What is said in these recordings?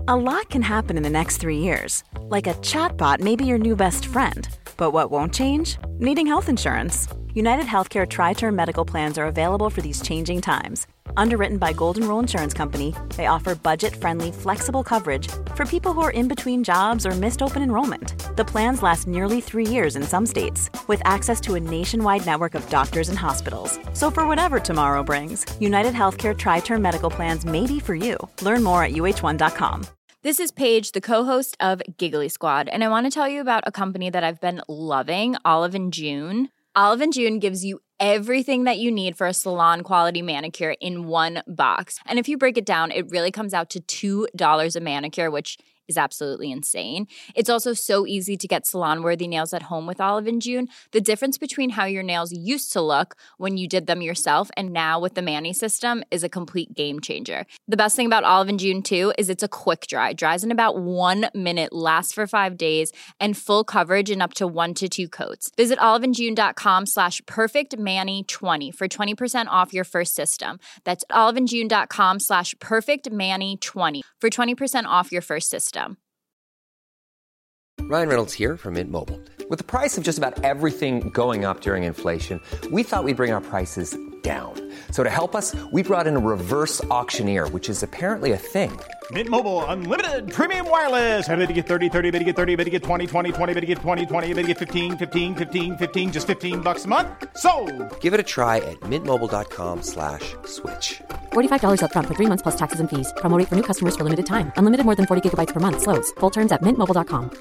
A lot can happen in the next 3 years. Like a chatbot may be your new best friend. But what won't change? Needing health insurance. United Healthcare Tri-Term Medical Plans are available for these changing times. Underwritten by Golden Rule Insurance Company, they offer budget-friendly, flexible coverage for people who are in between jobs or missed open enrollment. The plans last nearly 3 years in some states, with access to a nationwide network of doctors and hospitals. So for whatever tomorrow brings, United Healthcare Tri-Term Medical Plans may be for you. Learn more at uh1.com. This is Paige, the co-host of Giggly Squad, and I want to tell you about a company that I've been loving, Olive & June. Olive & June gives you everything that you need for a salon-quality manicure in one box. And if you break it down, it really comes out to $2 a manicure, which is absolutely insane. It's also so easy to get salon-worthy nails at home with Olive & June. The difference between how your nails used to look when you did them yourself and now with the Mani system is a complete game changer. The best thing about Olive & June, too, is it's a quick dry. Dries in about 1 minute, lasts for 5 days, and full coverage in up to 1 to 2 coats. Visit oliveandjune.com/perfectmani20 for 20% off your first system. That's oliveandjune.com/perfectmani20 for 20% off your first system. Ryan Reynolds here from Mint Mobile. With the price of just about everything going up during inflation, we thought we'd bring our prices down. So to help us, we brought in a reverse auctioneer, which is apparently a thing. Mint Mobile Unlimited Premium Wireless. How to get 30, 30, bit to get 30, bit to get 20, 20, 20, bit to get 20, 20, bit to get 15, 15, 15, 15, just $15 a month? Sold! Give it a try at mintmobile.com/switch. $45 up front for 3 months plus taxes and fees. Promo rate for new customers for limited time. Unlimited more than 40 gigabytes per month. Slows full terms at mintmobile.com.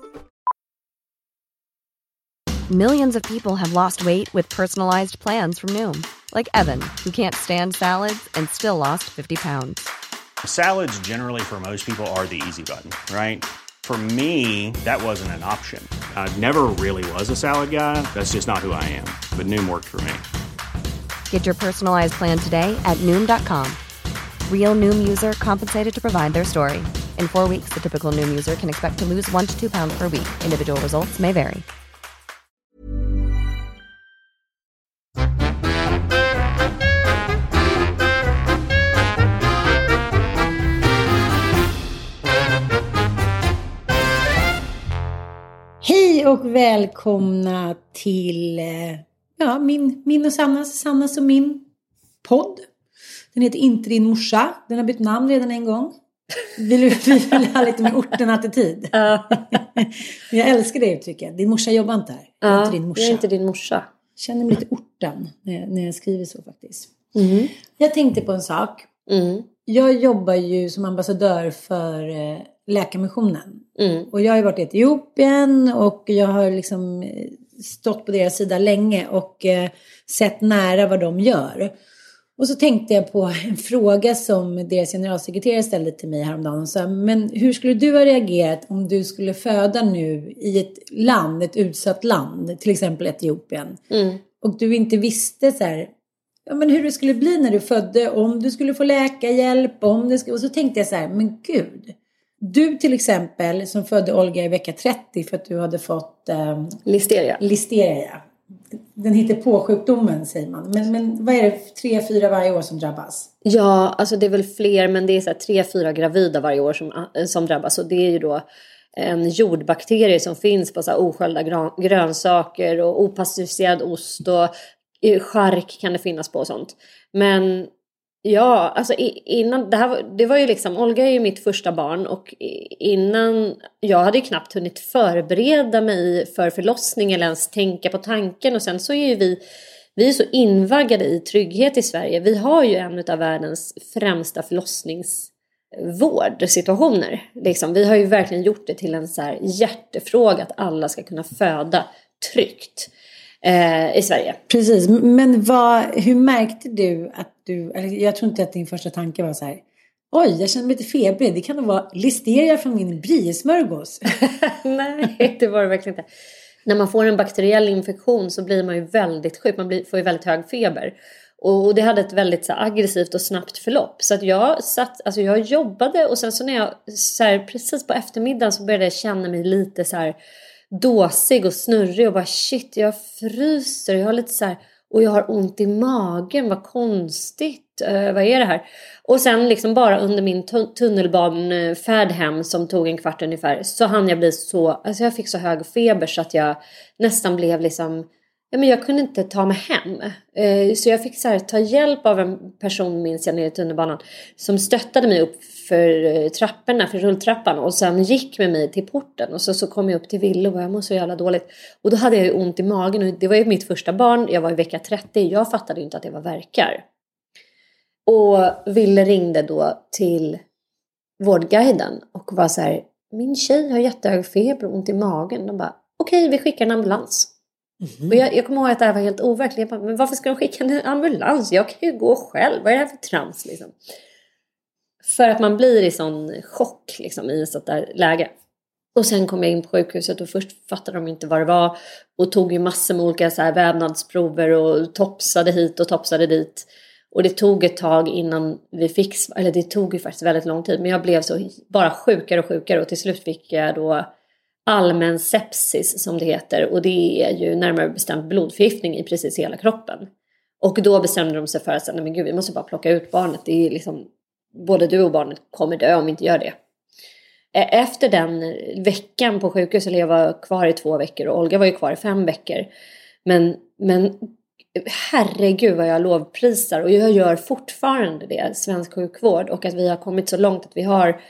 Millions of people have lost weight with personalized plans from Noom. Like Evan, who can't stand salads and still lost 50 pounds. Salads generally for most people are the easy button, right? For me, that wasn't an option. I never really was a salad guy. That's just not who I am. But Noom worked for me. Get your personalized plan today at Noom.com. Real Noom user compensated to provide their story. In 4 weeks, the typical Noom user can expect to lose 1 to 2 pounds per week. Individual results may vary. Hej och välkomna till min och Sannas och min podd. Den heter Inte din morsa. Den har bytt namn redan en gång. Vi vill ha lite mer orten-attityd. Jag älskar det uttrycket. Din morsa jobbar inte här. Jag är inte din morsa. Jag är inte din morsa. Jag känner mig lite orten när jag skriver så faktiskt. Mm. Jag tänkte på en sak. Mm. Jag jobbar ju som ambassadör för Läkarmissionen. Mm. Och jag har ju varit i Etiopien och jag har liksom stått på deras sida länge och sett nära vad de gör. Och så tänkte jag på en fråga som deras generalsekreterare ställde till mig häromdagen. Och sa, men hur skulle du ha reagerat om du skulle föda nu i ett utsatt land, till exempel Etiopien. Mm. Och du inte visste så här, men hur det skulle bli när du födde, om du skulle få läkarhjälp, och så tänkte jag så här, men gud. Du till exempel som födde Olga i vecka 30 för att du hade fått listeria. Den hittar på sjukdomen säger man. Men vad är det, 3-4 varje år som drabbas? Ja, alltså det är väl fler, men det är så här 3-4 gravida varje år som drabbas. Och det är ju då en jordbakterie som finns på så här osköljda grönsaker och opastöriserad ost och chark kan det finnas på och sånt. Men ja, alltså innan det var ju liksom, Olga är ju mitt första barn och innan, jag hade ju knappt hunnit förbereda mig för förlossning eller ens tänka på tanken. Och sen så är ju vi är så invaggade i trygghet i Sverige. Vi har ju en av världens främsta förlossningsvårdsituationer. Liksom, vi har ju verkligen gjort det till en så här hjärtefråga att alla ska kunna föda tryggt i Sverige. Precis, men hur märkte du att jag tror inte att din första tanke var så här, oj, jag känner mig lite febrig, det kan nog vara listeria från min briesmörgås. Nej, det var det verkligen inte. När man får en bakteriell infektion så blir man ju väldigt sjuk, får ju väldigt hög feber. Och det hade ett väldigt så aggressivt och snabbt förlopp. Så att jag jobbade och sen så när jag så här, precis på eftermiddagen så började jag känna mig lite så här dåsig och snurrig och bara shit, jag fryser, jag har lite så här Och jag har ont i magen, vad konstigt. Vad är det här? Och sen liksom bara under min tunnelbanfärd hem som tog en kvart ungefär. Så hann jag bli så, alltså jag fick så hög feber så att jag nästan blev liksom, ja men jag kunde inte ta mig hem. Så jag fick så här, ta hjälp av en person, minns jag, nere i tunnelbanan. Som stöttade mig upp för trapporna, för rulltrappan. Och sen gick med mig till porten. Och så kom jag upp till Ville och jag mådde så jävla dåligt. Och då hade jag ju ont i magen. Och det var ju mitt första barn, jag var i vecka 30. Jag fattade ju inte att det var värkar. Och Ville ringde då till Vårdguiden. Och var så här, min tjej har jättehög feber och ont i magen. De bara, okej, vi skickar en ambulans. Och jag kommer ihåg att det här var helt overkligt. Jag bara, men varför ska de skicka en ambulans? Jag kan ju gå själv. Vad är det här för trams liksom? För att man blir i sån chock liksom, i ett sånt där läge. Och sen kom jag in på sjukhuset och först fattade de inte vad det var. Och tog ju massor med olika så här vävnadsprover och topsade hit och topsade dit. Och det tog ett tag innan vi fick, eller det tog ju faktiskt väldigt lång tid. Men jag blev så bara sjukare och sjukare och till slut fick jag då allmän sepsis som det heter. Och det är ju närmare bestämt blodförgiftning i precis hela kroppen. Och då bestämde de sig för att nej men gud, vi måste bara plocka ut barnet. Det är liksom, både du och barnet kommer dö om vi inte gör det. Efter den veckan på sjukhus, eller jag var kvar i 2 veckor och Olga var ju kvar i 5 veckor. Men herregud vad jag lovprisar, och jag gör fortfarande det, svensk sjukvård. Och att vi har kommit så långt att vi har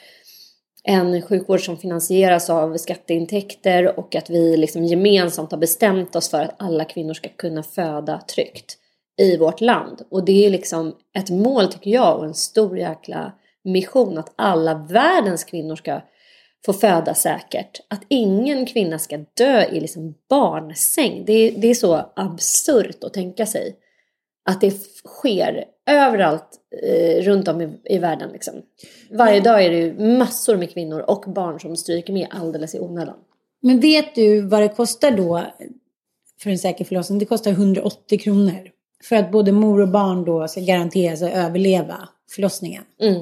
en sjukvård som finansieras av skatteintäkter. Och att vi liksom gemensamt har bestämt oss för att alla kvinnor ska kunna föda tryggt i vårt land. Och det är liksom ett mål tycker jag, och en stor jäkla mission, att alla världens kvinnor ska få föda säkert. Att ingen kvinna ska dö i liksom barnsäng. Det är så absurt att tänka sig att det sker överallt runt om i världen. Liksom. Varje dag är det ju massor med kvinnor och barn som stryker med alldeles i onödan. Men vet du vad det kostar då för en säker förlossning? Det kostar 180 kronor. För att både mor och barn då ska garanteras att överleva förlossningen. Mm.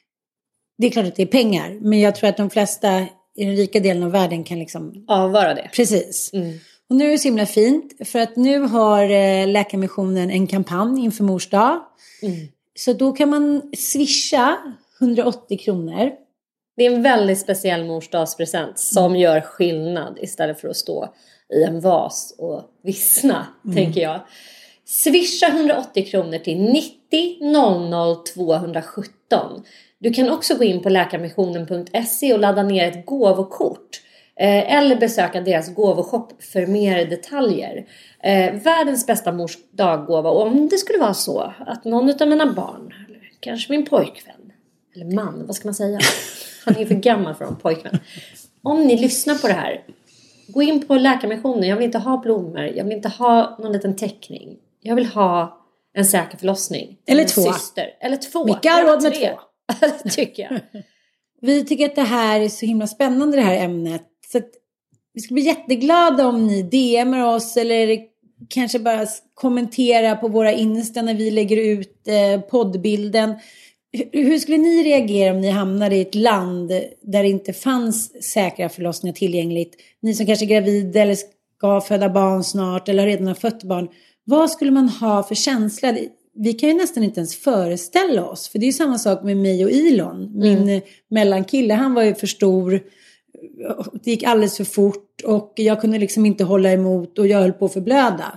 Det är klart att det är pengar. Men jag tror att de flesta i den rika delen av världen kan liksom avvara det. Precis. Mm. Och nu är det så himla fint. För att nu har Läkarmissionen en kampanj inför mors dag. Mm. Så då kan man swisha 180 kronor. Det är en väldigt speciell morsdagspresent som gör skillnad istället för att stå i en vas och vissna, tänker jag. Swisha 180 kronor till 90 00 217. Du kan också gå in på läkarmissionen.se och ladda ner ett gåvokort. Eller besöka deras gåvoshop för mer detaljer. Världens bästa mors daggåva. Och om det skulle vara så att någon av mina barn, eller kanske min pojkvän, eller man, vad ska man säga? Han är för gammal för en pojkvän. Om ni lyssnar på det här, gå in på Läkarmissionen. Jag vill inte ha blommor, jag vill inte ha någon liten teckning. Jag vill ha en säker förlossning. Eller 2. Syster. Eller 2. Vilka har råd med 2? Det tycker jag. Vi tycker att det här är så himla spännande, det här ämnet. Så att vi ska bli jätteglada om ni DMar oss eller kanske bara kommentera på våra Insta när vi lägger ut poddbilden. Hur skulle ni reagera om ni hamnade i ett land där det inte fanns säkra förlossningar tillgängligt? Ni som kanske är gravida eller ska föda barn snart eller redan har fött barn. Vad skulle man ha för känsla? Vi kan ju nästan inte ens föreställa oss. För det är ju samma sak med mig och Elon. Min mellankille, han var ju för stor. Det gick alldeles för fort. Och jag kunde liksom inte hålla emot. Och jag höll på att förblöda.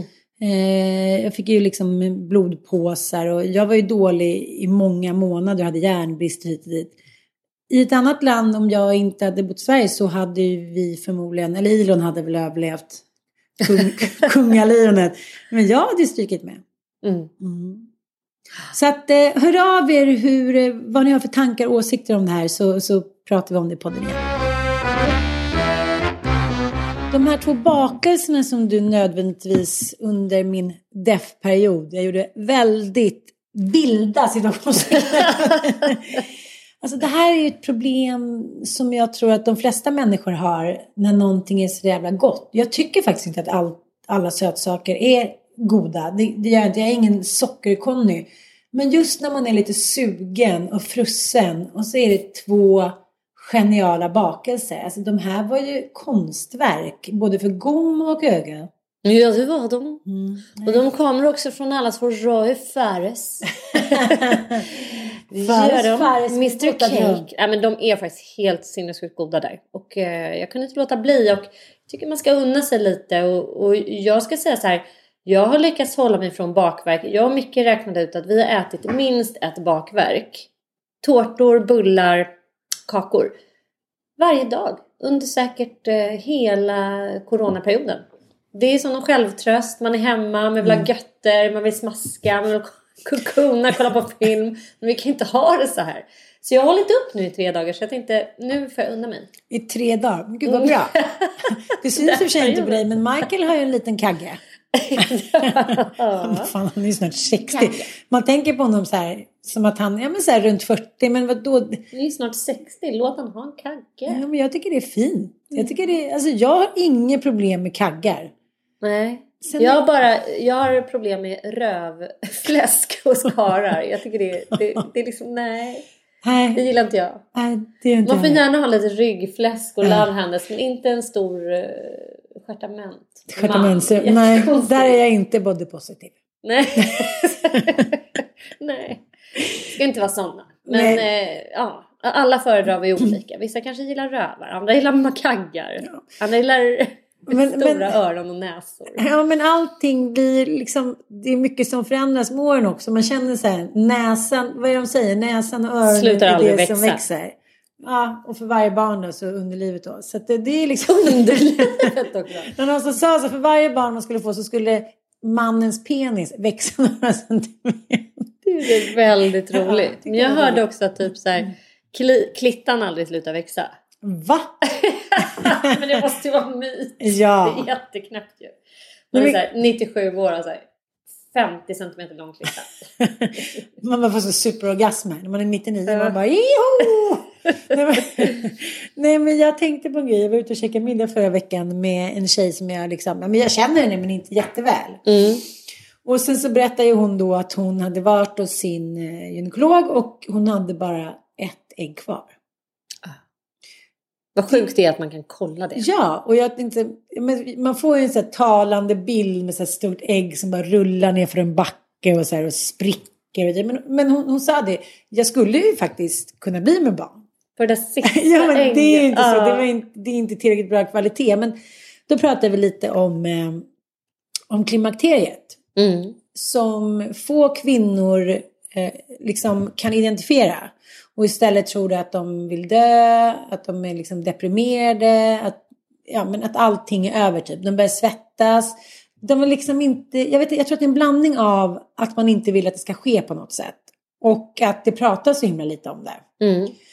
Jag fick ju liksom blodpåsar. Och jag var ju dålig i många månader. Jag hade järnbrist hit och dit. I ett annat land, om jag inte hade bott i Sverige, så hade vi förmodligen, eller Elon hade väl överlevt kungalejonet. Men jag hade strykit med. Så att hör av er vad ni har för tankar och åsikter om det här, så pratar vi om det på podden igen. De här 2 bakelserna som du nödvändigtvis under min deaf-period, jag gjorde väldigt vilda situationer. Alltså det här är ju ett problem som jag tror att de flesta människor har när någonting är så jävla gott. Jag tycker faktiskt inte att alla sötsaker är goda. Det gör inte. Jag är ingen sockerkonny. Men just när man är lite sugen och frusen och så är det 2 geniala bakelser. Alltså de här var ju konstverk både för gom och öga. Ja, det var de. Och de kommer också från allas vår Roy Fares. Fares, Mr. Cake. Ja, men de är faktiskt helt sinnessjukt goda där. Och jag kunde inte låta bli. Och tycker man ska unna sig lite. Och jag ska säga så här. Jag har lyckats hålla mig från bakverk. Jag och Micke räknade ut att vi har ätit minst ett bakverk. Tårtor, bullar, kakor. Varje dag. Under säkert hela coronaperioden. Det är som någon självtröst. Man är hemma, man vill ha götter, man vill smaska, man vill kokona, kolla på film. Men vi kan inte ha det så här. Så jag har hållit upp nu i 3 dagar. Så jag tänkte, nu får jag unna mig. I 3 dagar? Gud vad bra. Det syns i och för sig inte på dig. Men Michael har ju en liten kagge. Fan, han är ju snart 60. Kagge. Man tänker på honom så här. Som att han är så här runt 40. Men vadå? Han är ju snart 60. Låt han ha en kagge. Ja, men jag tycker det är fint. Jag tycker det är, alltså jag har inga problem med kaggar. Nej. Jag har problem med rövfläsk och skarar. Jag tycker det är liksom, nej. Det gillar inte jag. Nej, det är inte man får gärna ha lite ryggfläsk och lallhändes, men inte en stor stjärtament. Nej, där är jag inte body positiv. Nej. Nej. Det ska inte vara sådana. Men ja, alla föredrar vi olika. Vissa kanske gillar rövar, andra gillar makaggar. Andra gillar stora öron och näsor. Ja, men allting blir liksom, det är mycket som förändras med åren också. Man känner så här, näsan, vad är de säger? Näsan och öronen slutar är det växa. som växer. Ja, och för varje barn då, så underlivet då. Så att det är liksom underlivet också. När någon som sa så, för varje barn man skulle få så skulle mannens penis växa några centimeter. Det är väldigt roligt. Men jag hörde också att typ så här, klittan aldrig slutar växa. Va? Men det måste ju vara myt. Ja. Det är jätteknäppt ju. Man är så här, 97 år och så här, 50 centimeter lång klitta. Man bara får så superorgasmer. När man är 99 man bara joho! Nej, men jag tänkte på en grej. Jag var ute och käkade middag förra veckan med en tjej som jag liksom, men jag känner henne men inte jätteväl. Och sen så berättade ju hon då att hon hade varit hos sin gynekolog och hon hade bara 1 ägg kvar. Vad sjukt det är att man kan kolla det. Ja, och jag tänkte, man får ju en så här talande bild med så här stort ägg som bara rullar ner för en backe och så här och spricker. Men hon sa det, jag skulle ju faktiskt kunna bli med barn. För det sista ja, men ägget. Det är inte så, det är inte tillräckligt bra kvalitet. Men då pratar vi lite om klimakteriet. Som få kvinnor liksom kan identifiera. Och istället tror du att de vill dö, att de är liksom deprimerade, att allting är över typ. De börjar svettas. De är liksom inte, jag tror att det är en blandning av att man inte vill att det ska ske på något sätt. Och att det pratas så himla lite om det.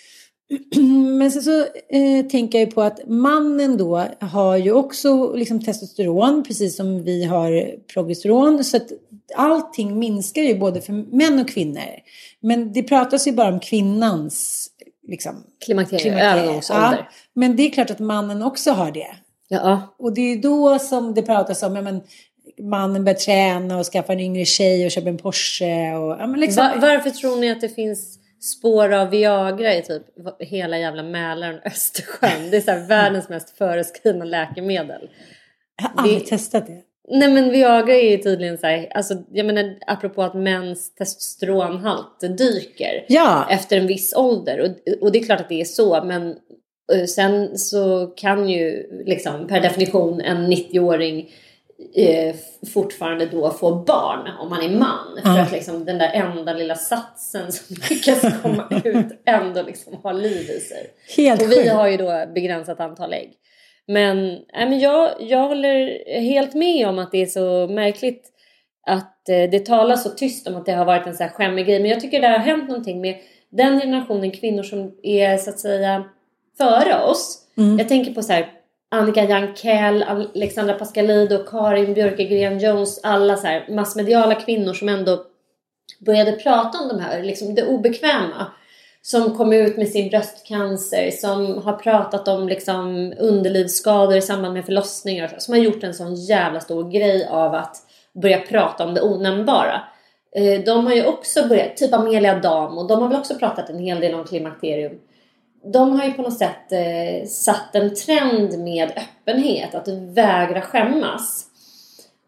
Men så tänker jag ju på att mannen då har ju också liksom testosteron, precis som vi har progesteron. Så att allting minskar ju både för män och kvinnor. Men det pratas ju bara om kvinnans liksom, klimakterie, övergångsålder. Ja, men det är klart att mannen också har det. Ja. Och det är då som det pratas om, men mannen börjar träna och skaffa en yngre tjej och köpa en Porsche. Och, men liksom... Varför tror ni att det finns spår av Viagra i typ hela jävla Mälaren och Östersjön? Det är så här världens mest föreskrivna läkemedel. Jag har aldrig testat det. Nej, men Viagra är ju tydligen så här, alltså, jag menar, apropå att mäns testosteronhalt dyker efter en viss ålder. Och det är klart att det är så, men sen så kan ju liksom per definition en 90-åring fortfarande då få barn om man är man. För att liksom den där enda lilla satsen som lyckas komma ut ändå liksom har liv i sig. Helt och vi har ju då begränsat antal ägg. Men jag håller helt med om att det är så märkligt att det talas så tyst om att det har varit en så här skämmig grej. Men jag tycker det har hänt någonting med den generationen kvinnor som är så att säga före oss. Jag tänker på så här Annika Jankell, Alexandra Pascalido, Karin Björkegren Jones, alla så här massmediala kvinnor som ändå började prata om de här, liksom det obekväma. Som kom ut med sin bröstcancer, som har pratat om liksom underlivsskador i samband med förlossningar. Som har gjort en sån jävla stor grej av att börja prata om det onämnbara. De har ju också börjat, typ Amelia Dam, och de har väl också pratat en hel del om klimakterium. De har ju på något sätt satt en trend med öppenhet, att vägra skämmas.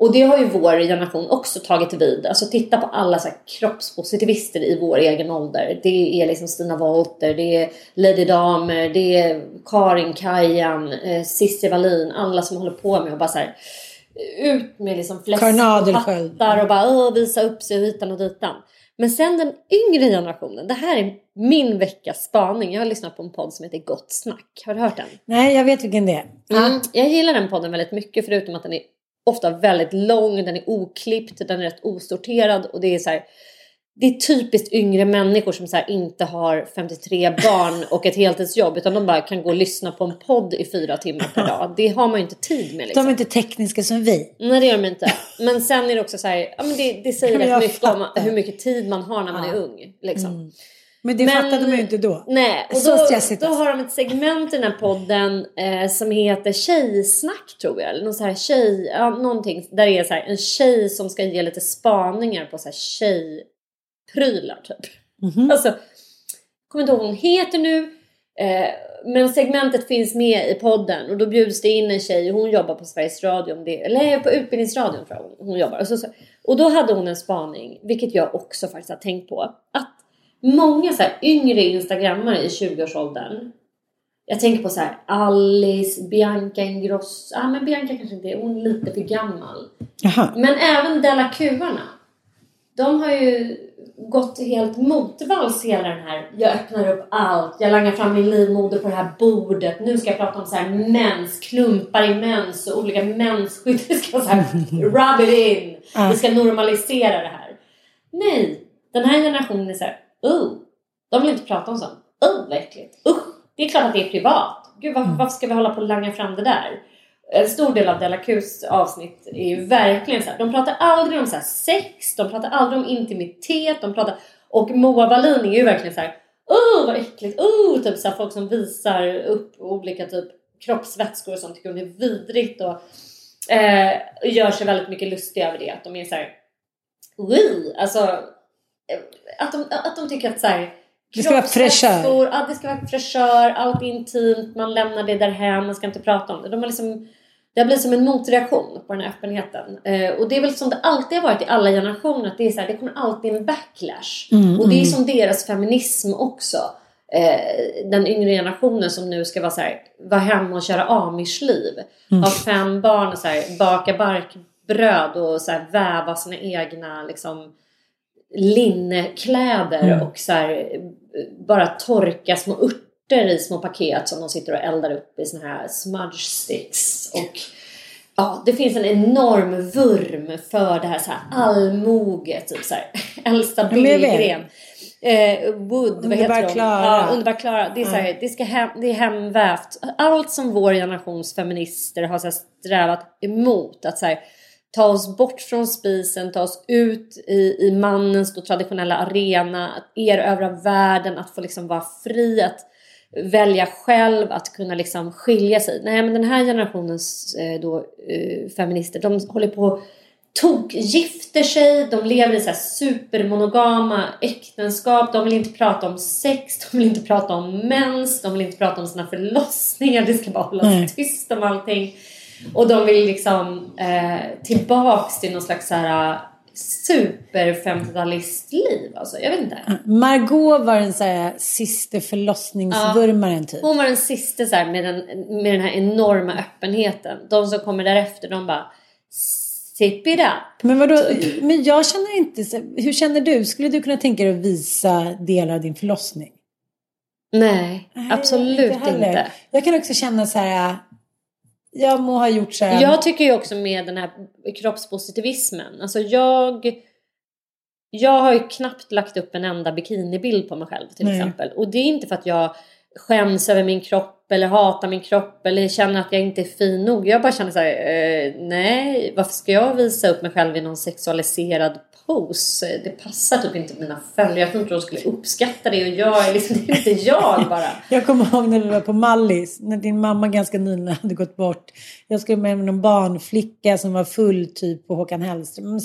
Och det har ju vår generation också tagit vid. Alltså titta på alla så här kroppspositivister i vår egen ålder. Det är liksom Stina Wolter, det är Lady Damer, det är Karin Kajan, Cissi Wallin. Alla som håller på med och bara så här, ut med liksom fläsk och hattar och bara visa upp sig hitan och ditan. Men sen den yngre generationen, det här är min veckas spaning. Jag har lyssnat på en podd som heter Gott Snack. Har du hört den? Nej, jag vet vilken det är. Jag gillar den podden väldigt mycket, förutom att den är ofta väldigt lång, den är oklippt, den är rätt osorterad och det är så här, det är typiskt yngre människor som så här inte har 53 barn och ett heltidsjobb, utan de bara kan gå och lyssna på en podd i 4 timmar per dag. Det har man ju inte tid med liksom. De är inte tekniska som vi. Nej, det gör de inte. Men sen är det också så här, ja, men det säger rätt mycket om hur mycket tid man har när man är ung liksom. Men det fattade de ju inte då. Nej, och då har de ett segment i den här podden som heter Tjejsnack, tror jag. Eller någon så här någonting där det är så här, en tjej som ska ge lite spaningar på så här tjejprylar typ. Alltså, kommer inte ihåg vad hon heter nu. Men segmentet finns med i podden. Och då bjuds det in en tjej. Hon jobbar på Sveriges Radio. Eller på Utbildningsradion tror jag hon jobbar. Och då hade hon en spaning, vilket jag också faktiskt har tänkt på. Att många så här yngre instagrammare i 20-årsåldern. Jag tänker på så här Alice, Bianca Ingrosso. Men Bianca kanske inte är, hon är lite för gammal. Jaha. Men även Della Q-arna. De har ju gått helt motvalls hela den här. Jag öppnar upp allt. Jag langar fram min livmoder på det här bordet. Nu ska jag prata om så här mens, klumpar i mens och olika mensskydd. Det ska så här rub it in. Vi ska normalisera det här. Nej, den här generationen är så här. De vill inte prata om sånt. Vad äckligt. Det är klart att det är privat. Gud, varför ska vi hålla på och langa fram det där? En stor del av Della Qs avsnitt är ju verkligen så här. De pratar aldrig om så här sex. De pratar aldrig om intimitet. Och Moa Wallin är ju verkligen så här. Vad äckligt. Typ så här, folk som visar upp olika typ kroppsvätskor som tycker hon är vidrigt. Och gör sig väldigt mycket lustiga över det. Att de är så här. Alltså... Att de tycker att så här, det ska vara fräschör. Ja, det ska vara fräschör. Allt är intimt. Man lämnar det där hem. Man ska inte prata om det. Det har blivit som en motreaktion på den här öppenheten. Och det är väl som det alltid har varit i alla generationer. Att det är så här, det kommer alltid en backlash. Och det är som deras feminism också. Den yngre generationen som nu ska vara hemma och köra Amish-liv. Ha 5 barn och så här, baka barkbröd och så här, väva sina egna liksom linnekläder och så här, bara torka små örter i små paket som de sitter och eldar upp i såna här smudge sticks. Och ja, det finns en enorm vurm för det här så här allmoge, typ så här Elsa Billgren. Wood, vad heter de? Ja, Underbar Klara. Det är så här, det är hemvävt. Allt som vår generations feminister har så här strävat emot, att så här, ta oss bort från spisen, ta oss ut i mannens då traditionella arena, att erövra världen, att få liksom vara fri, att välja själv, att kunna liksom skilja sig. Nej, men den här generationens feminister, de håller på gifter sig, de lever i så här supermonogama äktenskap, de vill inte prata om sex, de vill inte prata om mens, de vill inte prata om sina förlossningar, det ska bara hållas tyst om allting. Och de vill liksom tillbaks till någon slags så här super 50-talistliv. Alltså, jag vet inte. Margot var den så här sista förlossningsvurmaren typ. Hon var den sista så här, med den här enorma öppenheten. De som kommer därefter, de bara sip it up. Men vadå? Men jag känner inte så, hur känner du? Skulle du kunna tänka dig att visa delar av din förlossning? Nej, absolut inte. Jag kan också känna så här. Jag må ha gjort så här. Jag tycker ju också med den här kroppspositivismen. Alltså jag har ju knappt lagt upp en enda bikinibild på mig själv till exempel. Och det är inte för att jag skäms över min kropp eller hatar min kropp eller känner att jag inte är fin nog. Jag bara känner så här, nej, varför ska jag visa upp mig själv i någon sexualiserad pose? Det passar typ inte mina följare. Jag tror inte de skulle uppskatta det, och jag är liksom, det är inte jag bara. Jag kommer ihåg när vi var på Mallis, när din mamma ganska nyligen hade gått bort. Jag skulle med någon barnflicka som var full typ på Håkan Hellström.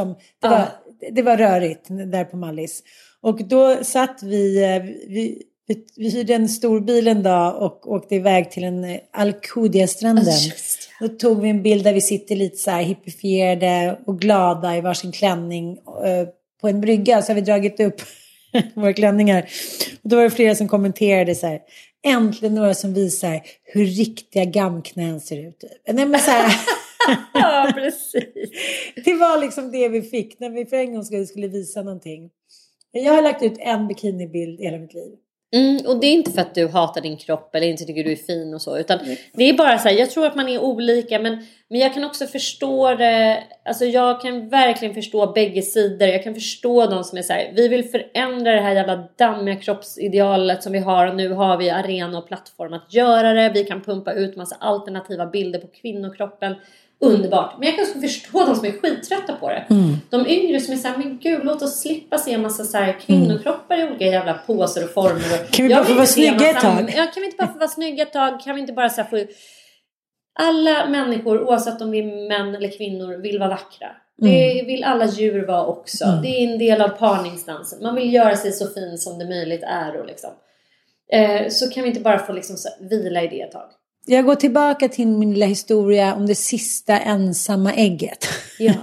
Det var rörigt där på Mallis. Och då satt vi vi hyrde en stor bil en dag och åkte iväg till en Alcudia-stranden. Då tog vi en bild där vi sitter lite så här hippifierade och glada i varsin klänning på en brygga. Så har vi dragit upp våra klänningar. Och då var det flera som kommenterade så här: äntligen några som visar hur riktiga gamknän ser ut. Nej, men så här... Ja, precis. Det var liksom det vi fick när vi för en gång skulle visa någonting. Jag har lagt ut en bikinibild i hela mitt liv. Och det är inte för att du hatar din kropp eller inte tycker du är fin och så, utan det är bara så här, jag tror att man är olika, men jag kan också förstå det, alltså jag kan verkligen förstå bägge sidor. Jag kan förstå de som är så här: vi vill förändra det här jävla dammiga kroppsidealet som vi har, och nu har vi arena och plattform att göra det. Vi kan pumpa ut massa alternativa bilder på kvinnokroppen. Underbart. Men jag kan också förstå de som är skittrötta på det. De yngre som är så här: men gud, låt oss slippa se en massa så här kvinnokroppar i olika jävla påser och former. Kan vi bara få vara snygga ett tag? Ja, kan vi inte bara få vara snygga ett tag? Kan vi inte bara så här få... Alla människor, oavsett om vi är män eller kvinnor, vill vara vackra. Det vill alla djur vara också. Det är en del av parningsdansen. Man vill göra sig så fin som det möjligt är. Och liksom. Så kan vi inte bara få liksom så här, vila i det ett tag. Jag går tillbaka till min lilla historia om det sista ensamma ägget. Ja.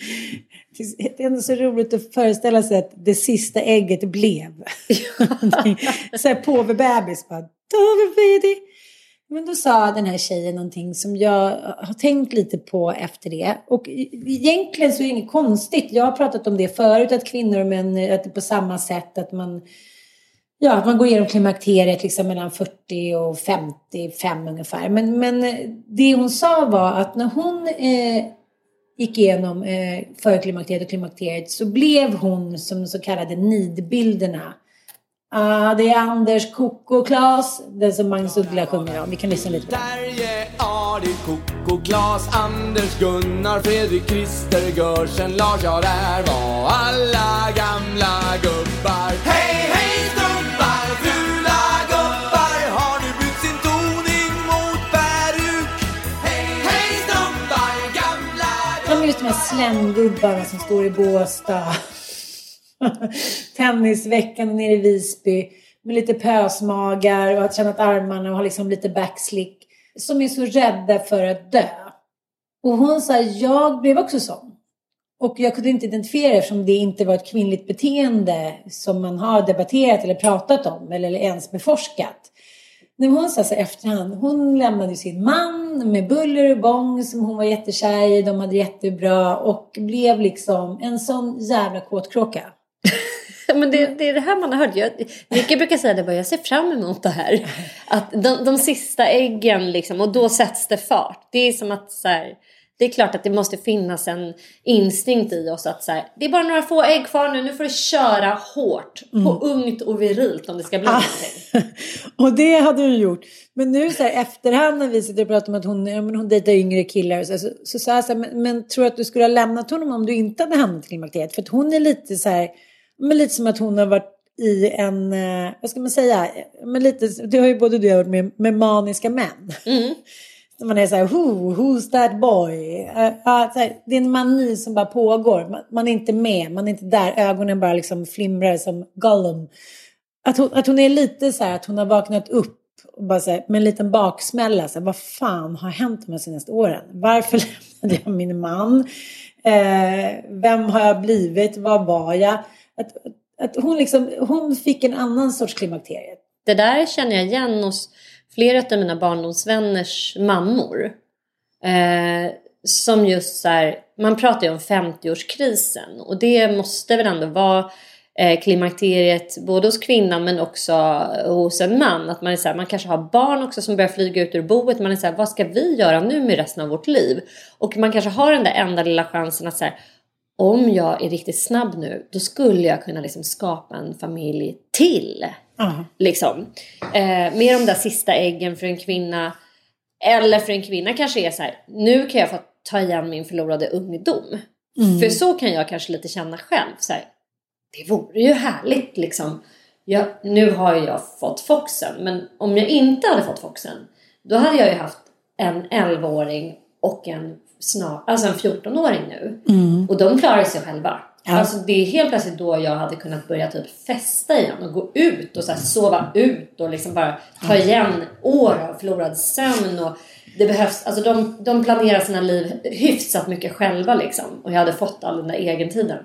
Det är ändå så roligt att föreställa sig att det sista ägget blev. Så här påvebebis. Men då sa den här tjejen någonting som jag har tänkt lite på efter det. Och egentligen så är det inget konstigt. Jag har pratat om det förut, att kvinnor och män, att det är på samma sätt, att man... Ja, att man går igenom klimakteriet liksom mellan 40 och 55 ungefär. Men det hon sa var att när hon gick igenom förklimakteriet och klimakteriet så blev hon som så kallade nidbilderna. Det är Anders, Koko och Klas, den som Magnus Uggla sjunger om. Vi kan lyssna lite på den. Sverige, Adil, Koko, Klas, Anders, Gunnar, Fredrik, Christer, Görsen, Lars. Ja, där var alla gamla gubbar. Hej, hej! Just de här slämgubbarna som står i Båstad. Tennisveckan nere i Visby. Med lite pösmagar och har tränat armarna och har liksom lite backslick. Som är så rädda för att dö. Och hon sa, jag blev också sån. Och jag kunde inte identifiera eftersom det inte var ett kvinnligt beteende som man har debatterat eller pratat om. Eller ens beforskat. När hon sa så efterhand, hon lämnade sin man med buller och bång som hon var jättekär i, de hade jättebra och blev liksom en sån jävla kåtkråka. Men det är det här man har hört. Micke brukar säga det bara, jag ser fram emot det här. Att de sista äggen liksom, och då sätts det fart. Det är som att så här, det är klart att det måste finnas en instinkt i oss att så här, det är bara några få ägg kvar nu får du köra hårt på ungt och virilt om det ska bli någonting. Och det hade hon gjort. Men nu så här efterhand när vi sitter och pratar om att hon dejtar yngre killar och så sa jag så här, men tror att du skulle ha lämnat honom om du inte hade hamnat i klimakteriet? För att hon är lite så här, men lite som att hon har varit i en, vad ska man säga, men lite, det har ju både du varit med maniska män. Man är så här, who's that boy? Det är en mani som bara pågår. Man är inte med, man är inte där. Ögonen bara liksom flimrar som Gollum. Att hon är lite så här, att hon har vaknat upp och bara så här, med en liten baksmälla. Så här, vad fan har hänt de senaste åren? Varför lämnade jag min man? Vem har jag blivit? Vad var jag? Att hon fick en annan sorts klimakteriet. Det där känner jag igen hos flera av mina barndomsvänners mammor. Som just så här, man pratar ju om 50-årskrisen. Och det måste väl ändå vara klimakteriet både hos kvinnan men också hos en man. Att man är så här, man kanske har barn också som börjar flyga ut ur boet. Man är så här, vad ska vi göra nu med resten av vårt liv? Och man kanske har den där enda lilla chansen att så här, om jag är riktigt snabb nu, då skulle jag kunna liksom skapa en familj till. Liksom. Med de där sista äggen för en kvinna. Eller för en kvinna kanske är så här, nu kan jag få ta igen min förlorade ungdom. För så kan jag kanske lite känna själv. Så här, det vore ju härligt liksom. Nu har jag fått foxen. Men om jag inte hade fått foxen, då hade jag ju haft en 11-åring och en 14-åring nu. Och de klarar sig själva. Ja. Alltså det är helt plötsligt då jag hade kunnat börja typ festa igen och gå ut och så här sova ut och liksom bara ta igen år av förlorad sömn. Och det behövs, alltså de planerar sina liv hyfsat mycket själva liksom. Och jag hade fått all den där egentiden.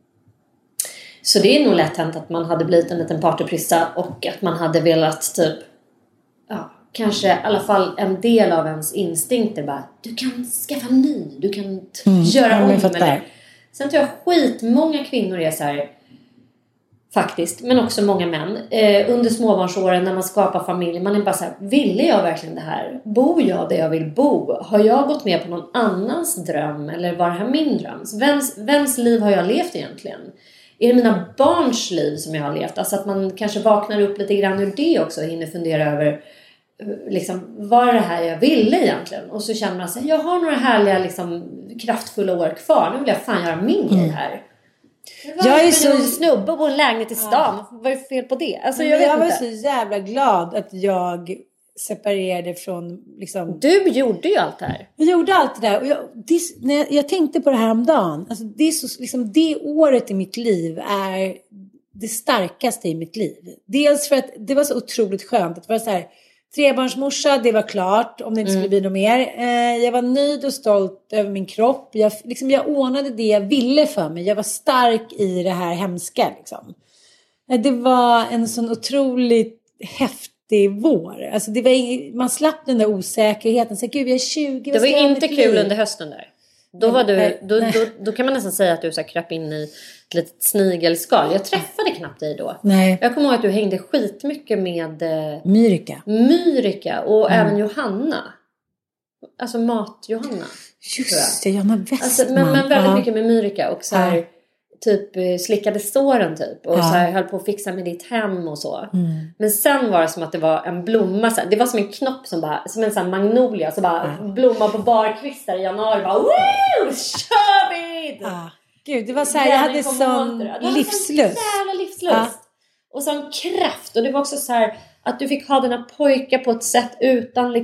Så det är nog lätt hänt att man hade blivit en liten partyprissa och att man hade velat typ, kanske i alla fall en del av ens instinkter bara, du kan skaffa ny, du kan göra om. Eller. Sen tror jag skitmånga kvinnor är så här, faktiskt, men också många män, under småbarnsåren när man skapar familj, man är bara så här, ville jag verkligen det här? Bor jag där jag vill bo? Har jag gått med på någon annans dröm? Eller var det här min dröm? Vems liv har jag levt egentligen? Är det mina barns liv som jag har levt? Alltså att man kanske vaknar upp lite grann ur det också och hinner fundera över liksom, vad är det här jag ville egentligen? Och så känner man sig, jag har några härliga liksom, kraftfulla år kvar. Nu vill jag fan göra min grej här. Jag är så snubbe på en lägenhet i stan. Vad är det fel på det? Alltså, jag var så jävla glad att jag separerade från liksom... Du gjorde ju allt det här. Jag gjorde allt det där. Och när jag tänkte på det här om dagen. Alltså, det är så, liksom, det året i mitt liv är det starkaste i mitt liv. Dels för att det var så otroligt skönt att vara så här, trebarnsmorsa, det var klart om det inte skulle bli något mer. Jag var nöjd och stolt över min kropp. Jag ordnade det jag ville för mig. Jag var stark i det här hemska. Liksom. Det var en sån otroligt häftig vår. Alltså man slapp den där osäkerheten. Så, gud, jag är 20. Det var inte kul under hösten där. Då var då kan man nästan säga att du så kröp in i ett litet snigelskal. Jag träffade knappt dig då. Nej. Jag kommer ihåg att du hängde skitmycket med Myrika och även Johanna. Alltså Mat-Johanna. Just det, Johanna Westman. Alltså, men väldigt mycket med Myrika och så här, typ slickade såren typ. Och så här, höll på att fixa med ditt hem och så. Men sen var det som att det var en blomma. Så här, det var som en knopp som en sån här magnolia. Så bara blomma på barkvistar i januari. Bara, woo! Kör vi! Gud, det var så här, jag hade sån livslust. Jävla livslust. Och sån kraft. Och det var också så här att du fick ha dina pojkar på ett sätt utan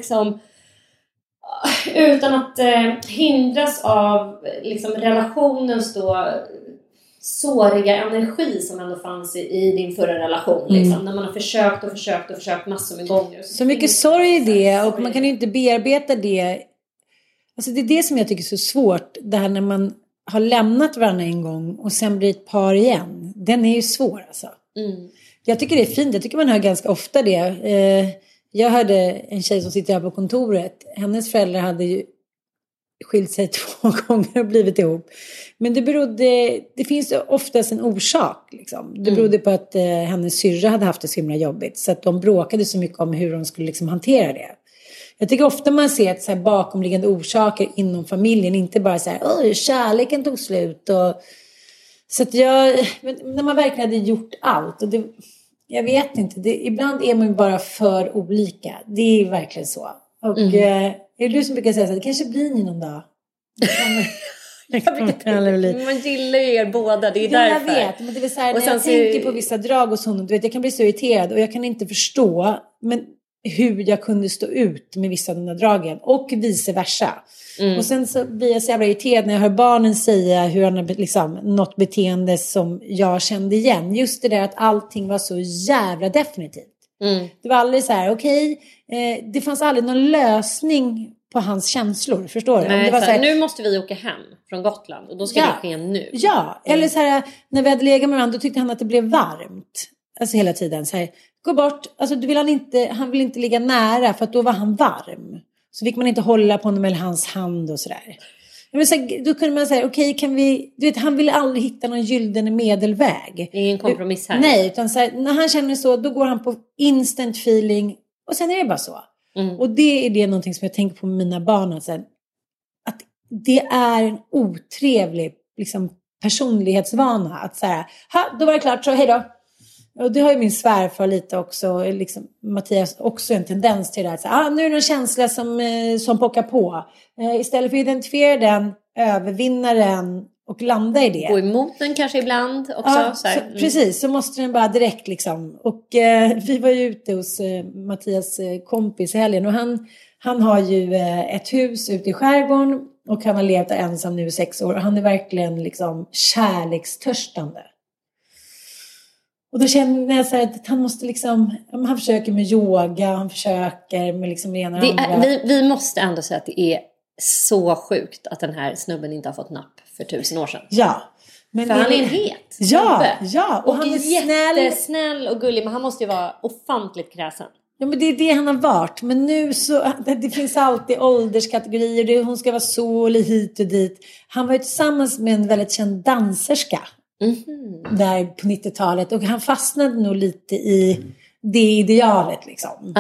att hindras av liksom relationens då såriga energi som ändå fanns i din förra relation liksom, när man har försökt massor med gånger. Så mycket sorg i det och man kan ju inte bearbeta det. Alltså det är det som jag tycker är så svårt, det här när man har lämnat varandra en gång och sen blir ett par igen. Den är ju svår alltså. Jag tycker det är fint, jag tycker man hör ganska ofta det. Jag hörde en tjej som sitter här på kontoret. Hennes föräldrar hade ju skilt sig 2 gånger och blivit ihop. Men det finns oftast en orsak. Liksom. Det berodde på att hennes syrra hade haft det så himla jobbigt. Så att de bråkade så mycket om hur de skulle liksom hantera det. Jag tycker ofta man ser att så här bakomliggande orsaker inom familjen. Inte bara så här, kärleken tog slut. Så att när man verkligen hade gjort allt. Och jag vet inte, ibland är man ju bara för olika. Det är verkligen så. Och är det du som brukar säga så att det kanske blir ni någon dag? Man gillar ju er båda, det är därför. Jag vet, men det är så här, när jag tänker på vissa drag och sånt, du vet, jag kan bli så irriterad och jag kan inte förstå hur jag kunde stå ut med vissa av de där dragen och vice versa. Och sen så blir jag så jävla irriterad när jag hör barnen säga hur han har liksom något beteende som jag kände igen. Just det där att allting var så jävla definitivt. Det var aldrig så här, okej, det fanns aldrig någon lösning på hans känslor, förstår du? Nej, det var så här, nu måste vi åka hem från Gotland och då ska det ske nu. Ja, eller så här, när vi hade legat med varandra då tyckte han att det blev varmt. Alltså hela tiden så här, gå bort, alltså han vill inte ligga nära för att då var han varm. Så fick man inte hålla på honom eller hans hand och sådär. Men så här, då kunde man säga, okej, kan vi... Du vet, han ville aldrig hitta någon gyllene medelväg. Ingen kompromiss här. Nej, utan så här, när han känner så, då går han på instant feeling. Och sen är det bara så. Och det är någonting som jag tänker på med mina barn. Alltså, att det är en otrevlig liksom, personlighetsvana. Att säga, då var det klart, så hej då. Och det har ju min svärfar lite också. Liksom, Mattias också en tendens till det här. Så, nu är det någon känsla som pockar på. Istället för att identifiera den, övervinna den och landa i det. Gå emot den kanske ibland också. Ja, precis, så måste den bara direkt liksom. Och vi var ju ute hos Mattias kompis i helgen. Och han har ju ett hus ute i skärgården. Och han har levt ensam nu i 6 år. Och han är verkligen liksom kärlekstörstande. Och då känner jag så här att han måste liksom... Han försöker med yoga. Han försöker med liksom det ena och andra. Vi måste ändå säga att det är så sjukt att den här snubben inte har fått napp för 1000 år sedan. Ja. Men för han är en het snubbe. Ja. Och han är jättesnäll och gullig. Men han måste ju vara ofantligt kräsen. Ja, men det är det han har varit. Men nu så, det finns alltid ålderskategorier. Hon ska vara så eller hit och dit. Han var ju tillsammans med en väldigt känd danserska. Där på 90-talet. Och han fastnade nog lite i det idealet liksom.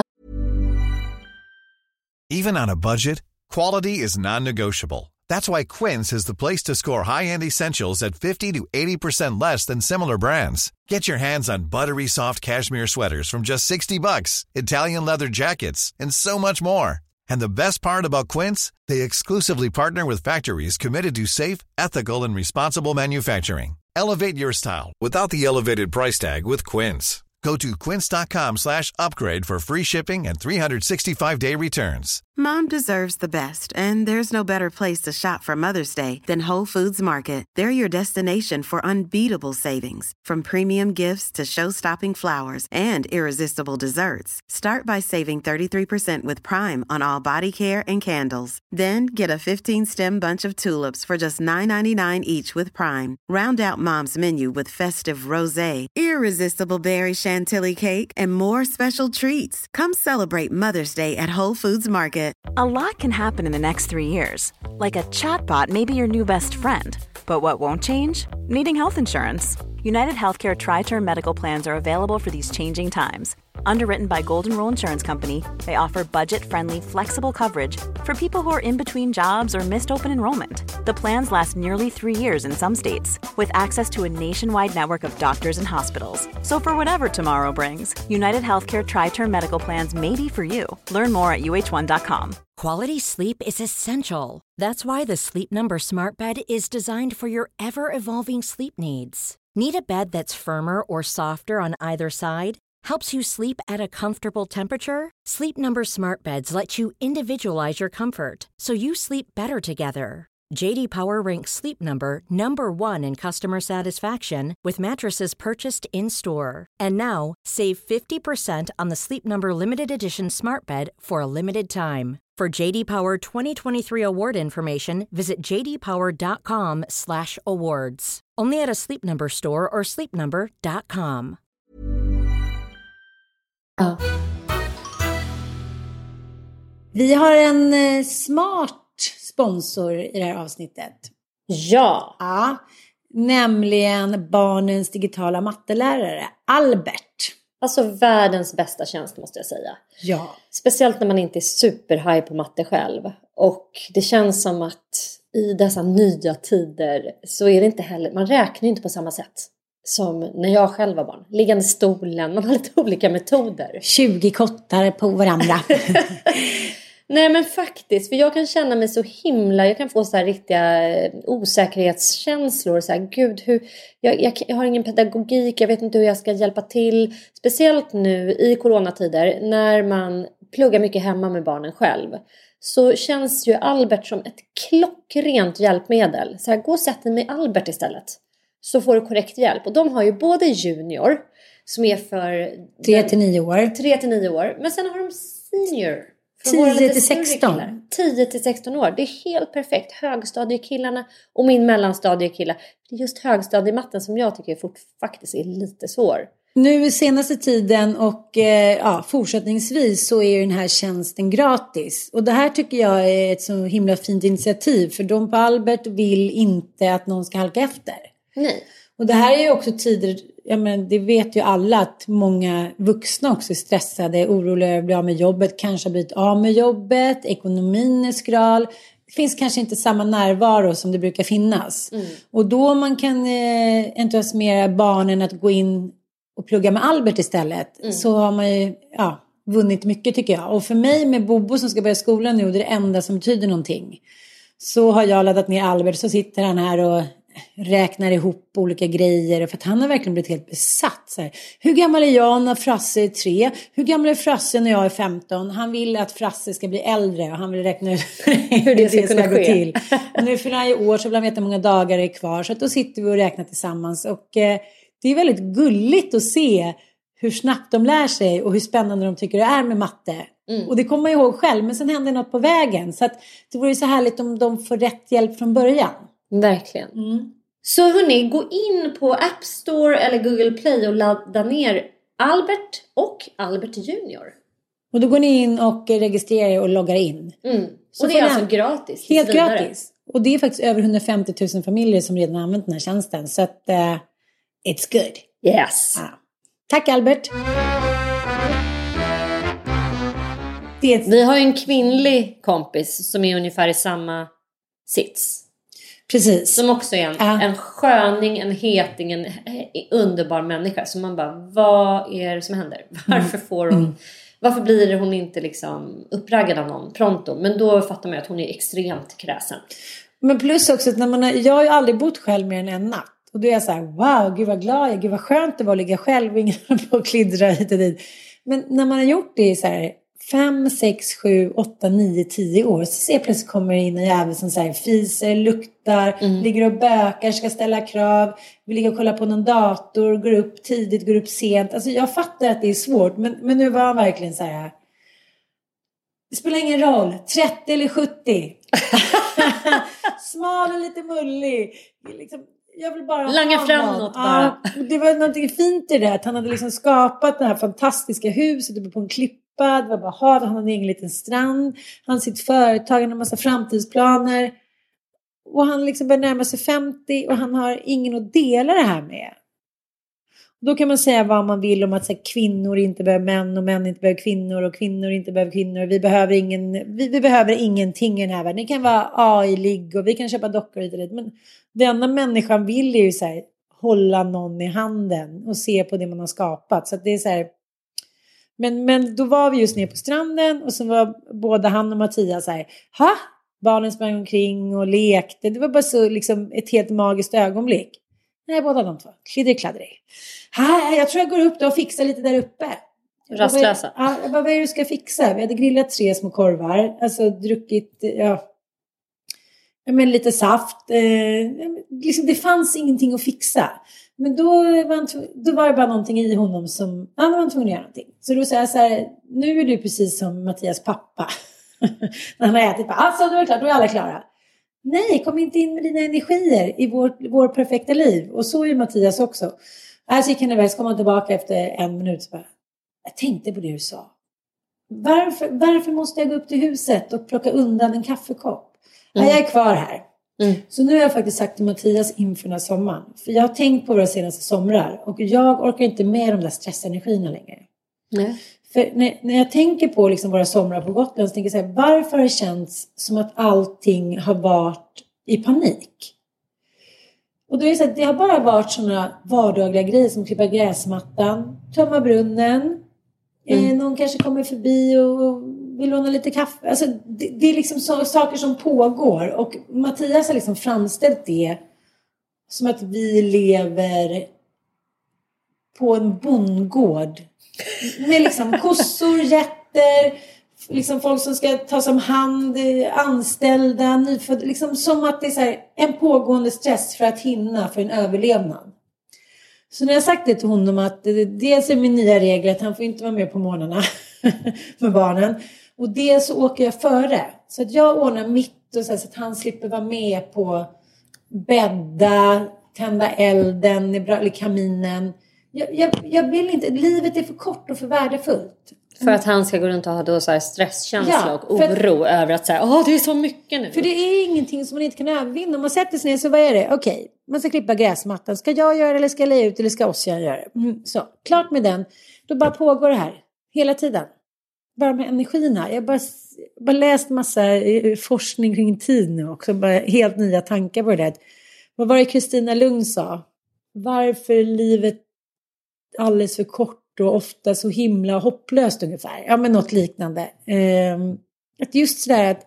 Even on a budget, quality is non-negotiable. That's why Quince is the place to score high-end essentials at 50 to 80% less than similar brands. Get your hands on buttery soft cashmere sweaters from just $60, Italian leather jackets, and so much more. And the best part about Quince, they exclusively partner with factories committed to safe, ethical, and responsible manufacturing. Elevate your style without the elevated price tag with Quince. Go to quince.com/upgrade for free shipping and 365-day returns. Mom deserves the best, and there's no better place to shop for Mother's Day than Whole Foods Market. They're your destination for unbeatable savings, from premium gifts to show-stopping flowers and irresistible desserts. Start by saving 33% with Prime on all body care and candles. Then get a 15-stem bunch of tulips for just $9.99 each with Prime. Round out Mom's menu with festive rosé, irresistible berry chantilly cake, and more special treats. Come celebrate Mother's Day at Whole Foods Market. A lot can happen in the next 3 years. Like a chatbot may be your new best friend. But what won't change? Needing health insurance. United Healthcare Tri-Term Medical Plans are available for these changing times. Underwritten by Golden Rule Insurance Company, they offer budget-friendly, flexible coverage for people who are in between jobs or missed open enrollment. The plans last nearly 3 years in some states, with access to a nationwide network of doctors and hospitals. So for whatever tomorrow brings, United Healthcare Tri-Term Medical Plans may be for you. Learn more at uh1.com. Quality sleep is essential. That's why the Sleep Number Smart Bed is designed for your ever-evolving sleep needs. Need a bed that's firmer or softer on either side? Helps you sleep at a comfortable temperature? Sleep Number Smart Beds let you individualize your comfort, so you sleep better together. JD Power ranks Sleep Number #1 in customer satisfaction with mattresses purchased in-store. And now, save 50% on the Sleep Number Limited Edition Smart Bed for a limited time. For JD Power 2023 award information, visit jdpower.com/awards. Only at a Sleep Number store or sleepnumber.com. Vi har en smart sponsor i det här avsnittet. Ja. Ja, nämligen barnens digitala mattelärare, Albert. Alltså världens bästa tjänst måste jag säga. Ja. Speciellt när man inte är superhaj på matte själv. Och det känns som att i dessa nya tider så är det inte heller, man räknar inte på samma sätt som när jag själv var barn. Liggande stolen, man har lite olika metoder. 20 kottar på varandra. Nej men faktiskt, för jag kan känna mig så himla, jag kan få så här riktiga osäkerhetskänslor. Så här, gud, jag har ingen pedagogik, jag vet inte hur jag ska hjälpa till. Speciellt nu i coronatider när man pluggar mycket hemma med barnen själv. Så känns ju Albert som ett klockrent hjälpmedel. Så här, gå och sätt dig med Albert istället. Så får du korrekt hjälp. Och de har ju både junior som är för 3-9 år. 3-9 år. Men sen har de senior. 10-16. 10-16 år. Det är helt perfekt. Högstadiekillarna och min mellanstadiekilla. Det är just högstadiematten som jag tycker faktiskt är lite svår. Nu senaste tiden och fortsättningsvis så är den här tjänsten gratis. Och det här tycker jag är ett så himla fint initiativ. För de på Albert vill inte att någon ska halka efter. Nej. Och det här är ju också tider, det vet ju alla att många vuxna också är stressade, oroliga över att bli av med jobbet, kanske har blivit av med jobbet, ekonomin är skral. Det finns kanske inte samma närvaro som det brukar finnas. Och då man kan entusiasmera barnen att gå in och plugga med Albert istället, så har man ju vunnit mycket tycker jag. Och för mig med Bobo som ska börja skolan nu, och det är det enda som betyder någonting, så har jag laddat ner Albert, så sitter han här och räknar ihop olika grejer. För att han har verkligen blivit helt besatt. Så här, hur gammal är jag när Frasse är 3? Hur gammal är Frasse när jag är 15? Han vill att Frasse ska bli äldre. Och han vill räkna ut hur det ska kunna gå till. Och nu för varje år så vill han veta hur många dagar det är kvar. Så att då sitter vi och räknar tillsammans. Och det är väldigt gulligt att se hur snabbt de lär sig. Och hur spännande de tycker det är med matte. Och det kommer man ihåg själv. Men sen händer något på vägen. Så att det vore så härligt om de får rätt hjälp från början. Verkligen. Så hörni, gå in på App Store eller Google Play och ladda ner Albert och Albert Junior. Och då går ni in och registrerar er och loggar in. Så och det är alltså gratis. Helt gratis. Och det är faktiskt över 150 000 familjer som redan har använt den här tjänsten. Så att it's good. Yes. Tack Albert. Vi har ju en kvinnlig kompis som är ungefär i samma sits. Precis. Som också är en sköning, en heting, en underbar människa. Så man bara, vad är det som händer? Varför får hon... Varför blir hon inte liksom uppraggad av någon pronto? Men då fattar man att hon är extremt kräsen. Men plus också att jag har ju aldrig bott själv mer än en natt. Och då är jag så här, wow, gud vad glad jag, gud vad skönt det var att ligga själv och ingen på att klidra hit och dit. Men när man har gjort det i så här 5, 6, 7, 8, 9, 10 år så ser plötsligt kommer det in en jävel som så här, fiser, luktar, ligger och bökar, ska ställa krav, vill ligga och kolla på någon dator, går upp tidigt, går upp sent. Alltså jag fattar att det är svårt, men nu var han verkligen så här, det spelar ingen roll, 30 eller 70. Smal och lite mullig. Liksom, jag vill bara langa fram något bara. Det var någonting fint i det att han hade liksom skapat det här fantastiska huset uppe på en klippa. Det var bara hav, han hade en egen liten strand. Han sitt företag, han har en massa framtidsplaner. Och han liksom börjar närma sig 50 och han har ingen att dela det här med. Då kan man säga vad man vill om att så här, kvinnor inte behöver män och män inte behöver kvinnor och kvinnor inte behöver kvinnor. Vi behöver ingenting i den här världen. Det kan vara AI-ligg och vi kan köpa dockor hit och dit. Men denna människan vill ju så här, hålla någon i handen och se på det man har skapat. Så att det är så här... Men då var vi just nere på stranden och så var både han och Mattias så här, barnen sprang omkring och lekte. Det var bara så liksom ett helt magiskt ögonblick. Nej, båda de två. Kliddrig. Jag tror jag går upp då och fixar lite där uppe. Rastlösa. Jag bara, vad är det du ska fixa? Vi hade grillat 3 små korvar. Alltså druckit, men lite saft. Liksom, det fanns ingenting att fixa. Men då var det bara någonting i honom som... Han var tvungen att göra någonting. Så då säger jag så här... Nu är du precis som Mattias pappa. När han har ätit. Alltså, då är det klart. Då är alla klara. Nej, kom inte in med dina energier i vår perfekta liv. Och så är Mattias också. Så gick han iväg. Så kom han tillbaka efter 1 minut. Så bara, jag tänkte på det du sa. Varför måste jag gå upp till huset och plocka undan en kaffekopp? Jag är kvar här. Så nu har jag faktiskt sagt till Mattias inför den här sommaren. För jag har tänkt på våra senaste somrar. Och jag orkar inte med de där stressenergierna längre. För när jag tänker på liksom våra somrar på Gotland. Så tänker jag så här, varför har det känts som att allting har varit i panik? Och då är det så här, det har bara varit sådana vardagliga grejer. Som klippa gräsmattan, tömma brunnen. Någon kanske kommer förbi och vill låna lite kaffe. Alltså, det är liksom saker som pågår. Och Mattias har liksom framställt det som att vi lever på en bondgård. Med liksom kossor, getter, liksom folk som ska tas om hand, anställda, nyfödda. Liksom som att det är så här, en pågående stress för att hinna för en överlevnad. Så när jag sagt det till honom att dels är min nya regel att han får inte vara med på morgnarna med barnen. Och dels så åker jag före. Så att jag ordnar mitt och så att han slipper vara med på bädda, tända elden i kaminen. Jag vill inte, livet är för kort och för värdefullt. För att han ska gå runt och ha då så här stresskänsla och oro över att säga, det är så mycket nu. För det är ingenting som man inte kan övervinna. Om man sätter sig ner så vad är det? Okej, man ska klippa gräsmattan. Ska jag göra det eller ska jag lägga ut eller ska Ossian göra det? Så, klart med den. Då bara pågår det här hela tiden. Bara med energierna. Jag bara läst massa forskning kring tid nu också. Bara helt nya tankar på det. Vad var det Kristina Lugn sa? Varför är livet alldeles för kort och ofta så himla hopplöst ungefär. Ja, men något liknande. Att just sådär att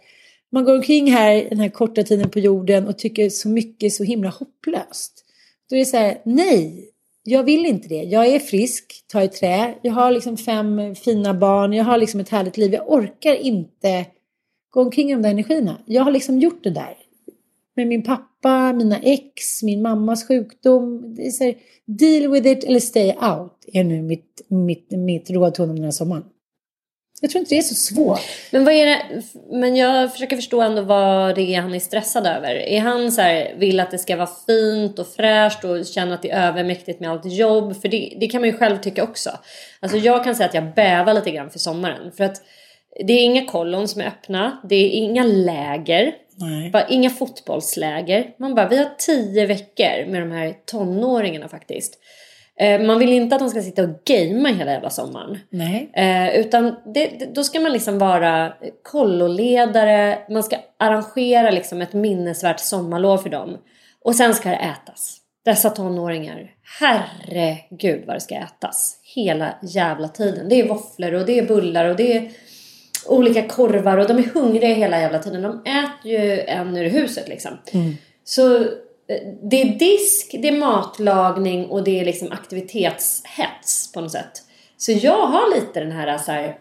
man går omkring här den här korta tiden på jorden och tycker så mycket är så himla hopplöst. Då är det så här, nej, jag vill inte det. Jag är frisk, tar i trä. Jag har liksom 5 fina barn. Jag har liksom ett härligt liv. Jag orkar inte gå omkring de där energierna. Jag har liksom gjort det där. Med min pappa, mina ex, min mammas sjukdom. Det är så här, deal with it eller stay out är nu mitt råd till honom den här sommaren. Jag tror inte det är så svårt. Men vad är det? Men jag försöker förstå ändå vad det är han är stressad över. Är han så här, vill att det ska vara fint och fräscht och känner att det är övermäktigt med allt jobb? För det kan man ju själv tycka också. Alltså jag kan säga att jag bävar lite grann för sommaren. För att det är inga kollon som är öppna. Det är inga läger. Bara inga fotbollsläger. Man bara, vi har 10 veckor med de här tonåringarna faktiskt. Man vill inte att de ska sitta och gamea hela jävla sommaren. Nej. Utan då ska man liksom vara kolloledare. Man ska arrangera liksom ett minnesvärt sommarlov för dem. Och sen ska det ätas. Dessa tonåringar. Herregud vad det ska ätas. Hela jävla tiden. Det är våfflor och det är bullar och det är olika korvar. Och de är hungriga hela jävla tiden. De äter ju en ur huset liksom. Så det är disk, det är matlagning och det är liksom aktivitetshets på något sätt. Så jag har lite den här, så här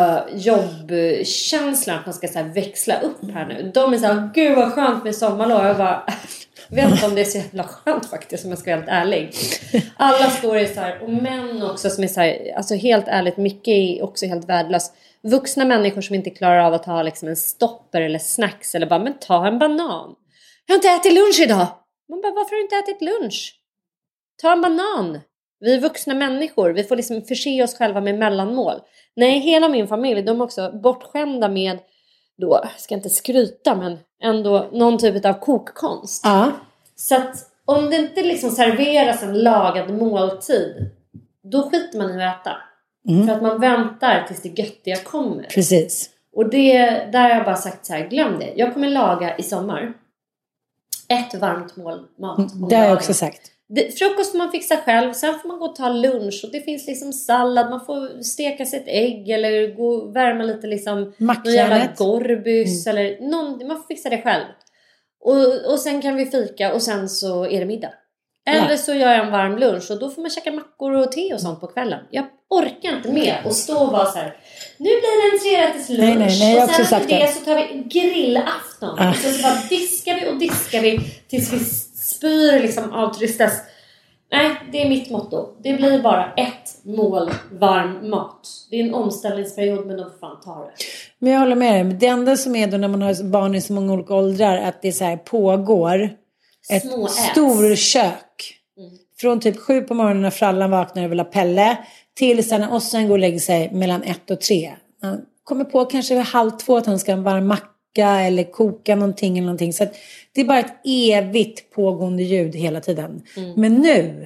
jobbkänslan att man ska så här växla upp här nu. De är så här, gud vad skönt med sommarlov. Jag bara, vet inte om det är så jävla skönt faktiskt, om jag ska vara helt ärlig. Alla står i så här, och män också som är så här, alltså helt ärligt, mycket är också helt värdelöst. Vuxna människor som inte klarar av att ha liksom en stopper eller snacks eller bara, men ta en banan. Jag har inte ätit lunch idag. Man bara, varför har du inte ätit lunch? Ta en banan. Vi är vuxna människor. Vi får liksom förse oss själva med mellanmål. Nej, hela min familj, de är också bortskämda med, då ska jag inte skryta, men ändå någon typ av kokkonst. Så att om det inte liksom serveras en lagad måltid, då skiter man i att äta. För att man väntar tills det göttiga kommer. Precis. Och där har jag bara sagt så här, glöm det. Jag kommer laga i sommar ett varmt mål mat. Det har jag också sagt. Frukost får man fixa själv. Sen får man gå och ta lunch. Och det finns liksom sallad. Man får steka sig ett ägg. Eller gå och värma lite liksom någon jävla gorbys. Eller man får fixa det själv. Och sen kan vi fika. Och sen så är det middag. Eller så gör jag en varm lunch. Och då får man käka mackor och te och sånt på kvällen. Jag orkar inte med och stå och vara så här, nu blir det en 3-rätters lunch. Nej, och sen efter det så tar vi grillafton. Och sen så bara diskar vi tills vi spyr liksom av tristess. Nej, det är mitt motto. Det blir bara ett mål varm mat. Det är en omställningsperiod, men de får fan ta det. Men jag håller med dig. Det enda som är då när man har barn i så många olika åldrar, att det så här pågår ett stor kök. Från typ 7 på morgonen när frallan vaknar och vill ha Pelle, till sen när Ossan går och lägger sig mellan 1 och 3. Han kommer på kanske vid 1:30 att han ska ha en varm macka eller koka någonting eller någonting. Så att det är bara ett evigt pågående ljud hela tiden. Men nu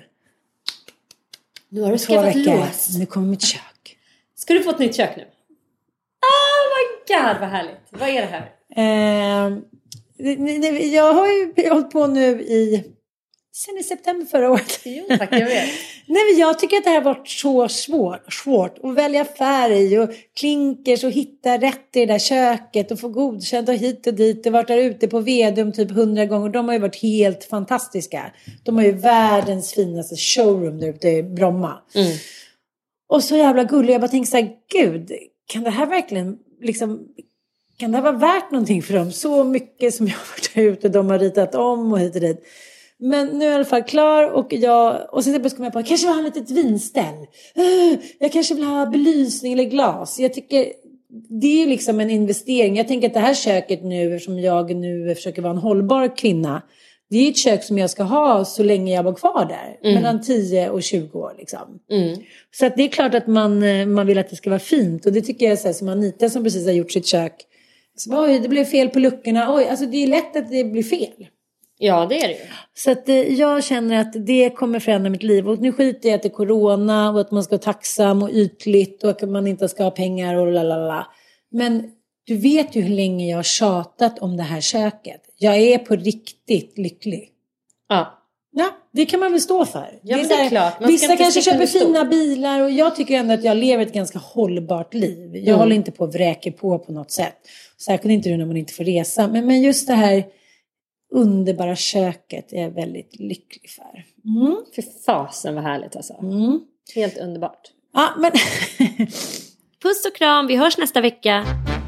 har du skaffat lås. Nu kommer mitt kök. Ska du få ett nytt kök nu? Oh my god, vad härligt. Vad är det här? Jag har ju hållit på nu sen i september förra året. Jo, tack, jag vet. Nej, men jag tycker att det här har varit så svårt att välja färg och klinkers och hitta rätt i det där köket och få godkänt och hit och dit. Och varit där ute på Vedum typ 100 gånger. De har ju varit helt fantastiska. De har ju världens finaste showroom där ute i Bromma. Och så jävla gullig. Jag bara tänkte så här, gud, kan det här verkligen liksom... Kan det här vara värt någonting för dem? Så mycket som jag har varit där ute. De har ritat om och hit och dit. Men nu är jag i alla fall klar. Och sen kom jag på, kanske vill ha ett vinställ. Jag kanske vill ha belysning eller glas. Jag tycker, det är ju liksom en investering. Jag tänker att det här köket nu, eftersom jag nu försöker vara en hållbar kvinna. Det är ett kök som jag ska ha så länge jag var kvar där. Mellan 10 och 20 år liksom. Så att det är klart att man vill att det ska vara fint. Och det tycker jag är så här, som Anita som precis har gjort sitt kök. Så, oj, det blev fel på luckorna. Oj, alltså det är lätt att det blir fel. Ja, det är det ju. Så att jag känner att det kommer förändra mitt liv. Och nu skiter jag att det är corona och att man ska vara tacksam och ytligt och att man inte ska ha pengar och lalala. Men du vet ju hur länge jag har tjatat om det här köket. Jag är på riktigt lycklig. Ja. Ja, det kan man väl stå för. Ja, det är klart. Vissa kanske köper fina bilar och jag tycker ändå att jag lever ett ganska hållbart liv. Jag håller inte på att vräka på något sätt. Särskilt inte nu när man inte får resa. Men just det här underbara köket är jag väldigt lycklig för. För fasen vad härligt alltså. Helt underbart. Ja, men... Puss och kram, vi hörs nästa vecka.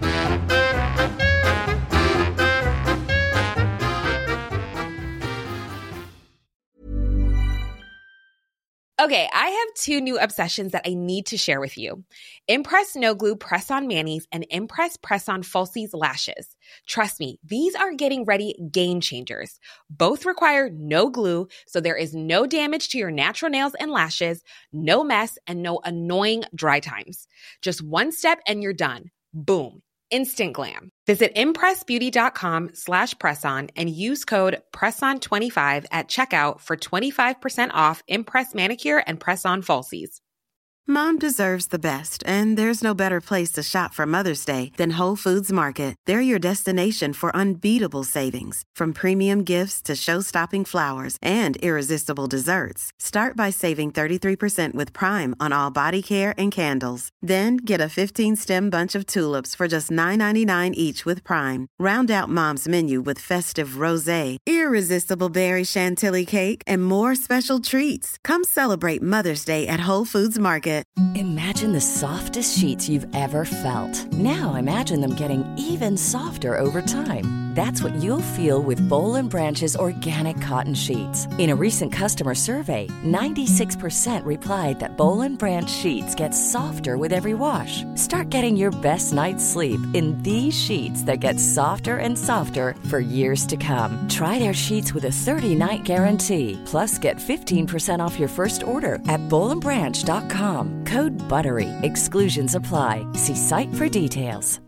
Okay, I have two new obsessions that I need to share with you. Impress No Glue Press-On Manis and Impress Press-On Falsies Lashes. Trust me, these are getting ready game changers. Both require no glue, so there is no damage to your natural nails and lashes, no mess, and no annoying dry times. Just one step and you're done. Boom. Instant glam. Visit impressbeauty.com/presson and use code PRESSON25 at checkout for 25% off Impress Manicure and Press-On Falsies. Mom deserves the best, and there's no better place to shop for Mother's Day than Whole Foods Market. They're your destination for unbeatable savings, from premium gifts to show-stopping flowers and irresistible desserts. Start by saving 33% with Prime on all body care and candles. Then get a 15-stem bunch of tulips for just $9.99 each with Prime. Round out Mom's menu with festive rosé, irresistible berry chantilly cake, and more special treats. Come celebrate Mother's Day at Whole Foods Market. Imagine the softest sheets you've ever felt. Now imagine them getting even softer over time. That's what you'll feel with Boll & Branch's organic cotton sheets. In a recent customer survey, 96% replied that Boll & Branch sheets get softer with every wash. Start getting your best night's sleep in these sheets that get softer and softer for years to come. Try their sheets with a 30-night guarantee. Plus, get 15% off your first order at bollandbranch.com. Code BUTTERY. Exclusions apply. See site for details.